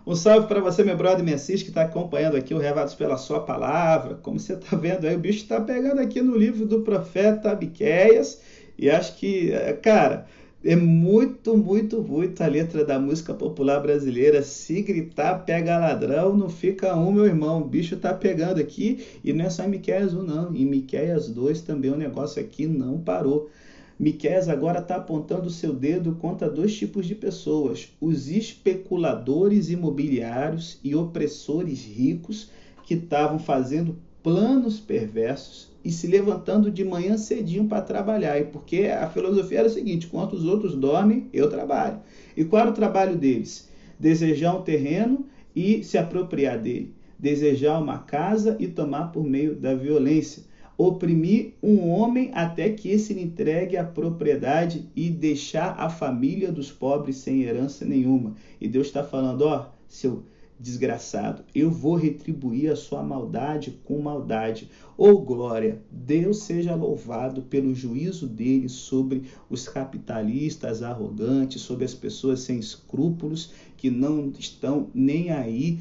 Um salve para você, meu brother Messias, que está acompanhando aqui o Revados pela Sua Palavra. Como você está vendo aí, o bicho está pegando aqui no livro do profeta Miqueias. E acho que, cara, é muito, muito, muito a letra da música popular brasileira. Se gritar, pega ladrão, não fica um, meu irmão. O bicho está pegando aqui. E não é só em Miqueias 1, não. Em Miqueias 2 também o negócio aqui não parou. Miqueias agora está apontando o seu dedo contra dois tipos de pessoas: os especuladores imobiliários e opressores ricos que estavam fazendo planos perversos e se levantando de manhã cedinho para trabalhar. E porque a filosofia era o seguinte: enquanto os outros dormem, eu trabalho. E qual era o trabalho deles? Desejar um terreno e se apropriar dele. Desejar uma casa e tomar por meio da violência. Oprimir um homem até que esse lhe entregue a propriedade e deixar a família dos pobres sem herança nenhuma. E Deus está falando: ó, seu desgraçado, eu vou retribuir a sua maldade com maldade. Oh glória, Deus seja louvado pelo juízo dele sobre os capitalistas arrogantes, sobre as pessoas sem escrúpulos que não estão nem aí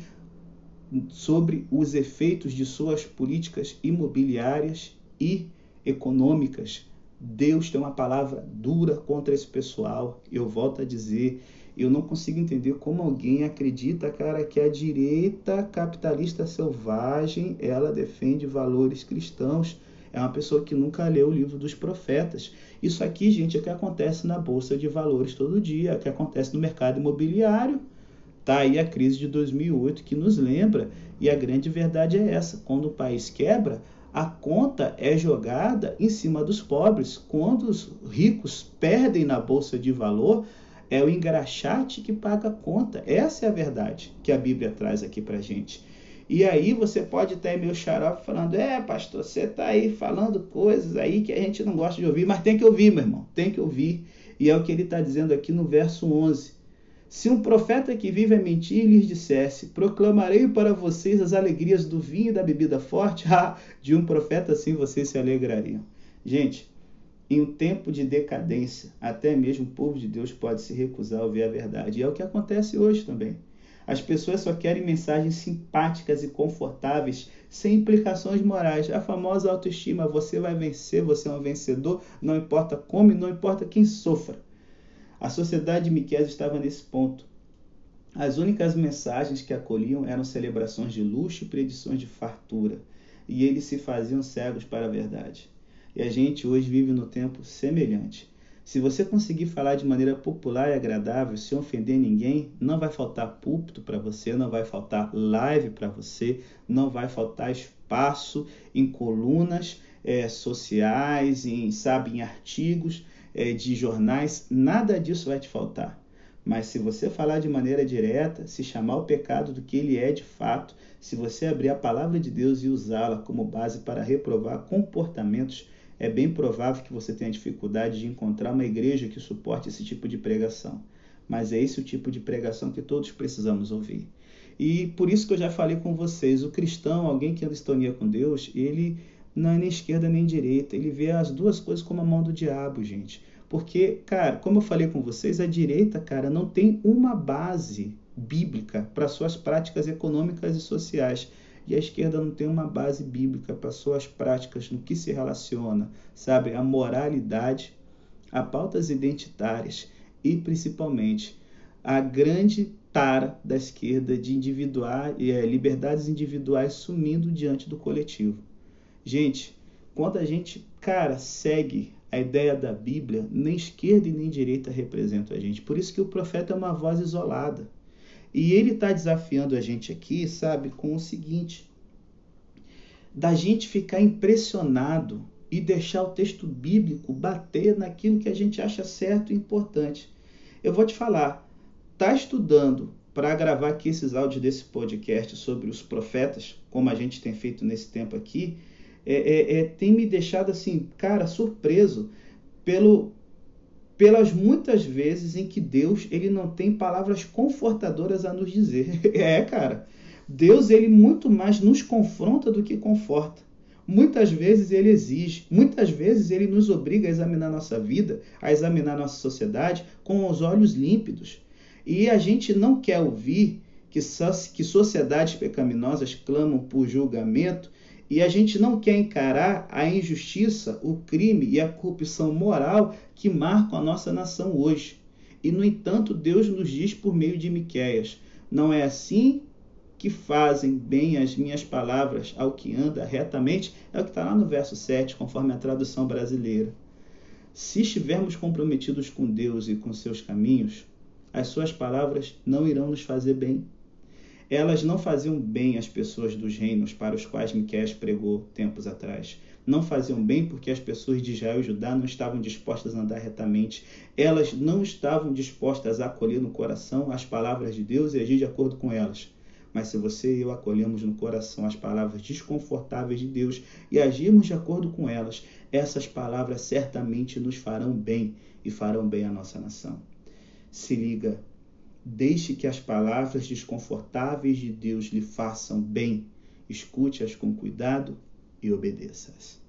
sobre os efeitos de suas políticas imobiliárias e econômicas. Deus tem uma palavra dura contra esse pessoal. Eu volto a dizer, eu não consigo entender como alguém acredita, cara, que a direita capitalista selvagem, ela defende valores cristãos. É uma pessoa que nunca leu o livro dos profetas. Isso aqui, gente, é o que acontece na Bolsa de Valores todo dia, é o que acontece no mercado imobiliário. Está aí a crise de 2008 que nos lembra, e a grande verdade é essa: quando o país quebra, a conta é jogada em cima dos pobres. Quando os ricos perdem na bolsa de valor, é o engraxate que paga a conta. Essa é a verdade que a Bíblia traz aqui para a gente. E aí você pode estar meio xarope falando: pastor, você está aí falando coisas aí que a gente não gosta de ouvir, mas tem que ouvir, meu irmão, tem que ouvir. E é o que ele está dizendo aqui no verso 11. Se um profeta que vive a mentir lhes dissesse: proclamarei para vocês as alegrias do vinho e da bebida forte, de um profeta assim vocês se alegrariam. Gente, em um tempo de decadência, até mesmo o povo de Deus pode se recusar a ouvir a verdade. E é o que acontece hoje também. As pessoas só querem mensagens simpáticas e confortáveis, sem implicações morais. A famosa autoestima: você vai vencer, você é um vencedor, não importa como e não importa quem sofra. A sociedade de Miqueias estava nesse ponto. As únicas mensagens que acolhiam eram celebrações de luxo e predições de fartura. E eles se faziam cegos para a verdade. E a gente hoje vive no tempo semelhante. Se você conseguir falar de maneira popular e agradável, sem ofender ninguém, não vai faltar púlpito para você, não vai faltar live para você, não vai faltar espaço em colunas sociais, em artigos de jornais. Nada disso vai te faltar. Mas se você falar de maneira direta, se chamar o pecado do que ele é de fato, se você abrir a palavra de Deus e usá-la como base para reprovar comportamentos, é bem provável que você tenha dificuldade de encontrar uma igreja que suporte esse tipo de pregação. Mas é esse o tipo de pregação que todos precisamos ouvir. E por isso que eu já falei com vocês: o cristão, alguém que anda em sintonia com Deus, ele não é nem esquerda nem direita, ele vê as duas coisas como a mão do diabo, gente. Porque, cara, como eu falei com vocês, a direita, cara, não tem uma base bíblica para suas práticas econômicas e sociais. E a esquerda não tem uma base bíblica para suas práticas no que se relaciona, sabe, a moralidade, a pautas identitárias e, principalmente, a grande tara da esquerda de liberdades individuais sumindo diante do coletivo. Gente, quando a gente, cara, segue a ideia da Bíblia, nem esquerda e nem direita representam a gente. Por isso que o profeta é uma voz isolada. E ele está desafiando a gente aqui, sabe, com o seguinte: da gente ficar impressionado e deixar o texto bíblico bater naquilo que a gente acha certo e importante. Eu vou te falar, tá estudando para gravar aqui esses áudios desse podcast sobre os profetas, como a gente tem feito nesse tempo aqui, tem me deixado assim, cara, surpreso pelas muitas vezes em que Deus ele não tem palavras confortadoras a nos dizer. Cara, Deus ele muito mais nos confronta do que conforta. Muitas vezes ele exige, muitas vezes ele nos obriga a examinar nossa vida, a examinar nossa sociedade com os olhos límpidos. E a gente não quer ouvir que sociedades pecaminosas clamam por julgamento, e a gente não quer encarar a injustiça, o crime e a corrupção moral que marcam a nossa nação hoje. E, no entanto, Deus nos diz por meio de Miqueias: não é assim que fazem bem as minhas palavras ao que anda retamente. É o que está lá no verso 7, conforme a tradução brasileira. Se estivermos comprometidos com Deus e com seus caminhos, as suas palavras não irão nos fazer bem. Elas não faziam bem às pessoas dos reinos para os quais Miqueias pregou tempos atrás. Não faziam bem porque as pessoas de Israel e Judá não estavam dispostas a andar retamente. Elas não estavam dispostas a acolher no coração as palavras de Deus e agir de acordo com elas. Mas se você e eu acolhemos no coração as palavras desconfortáveis de Deus e agirmos de acordo com elas, essas palavras certamente nos farão bem e farão bem à nossa nação. Se liga. Deixe que as palavras desconfortáveis de Deus lhe façam bem. Escute-as com cuidado e obedeça-as.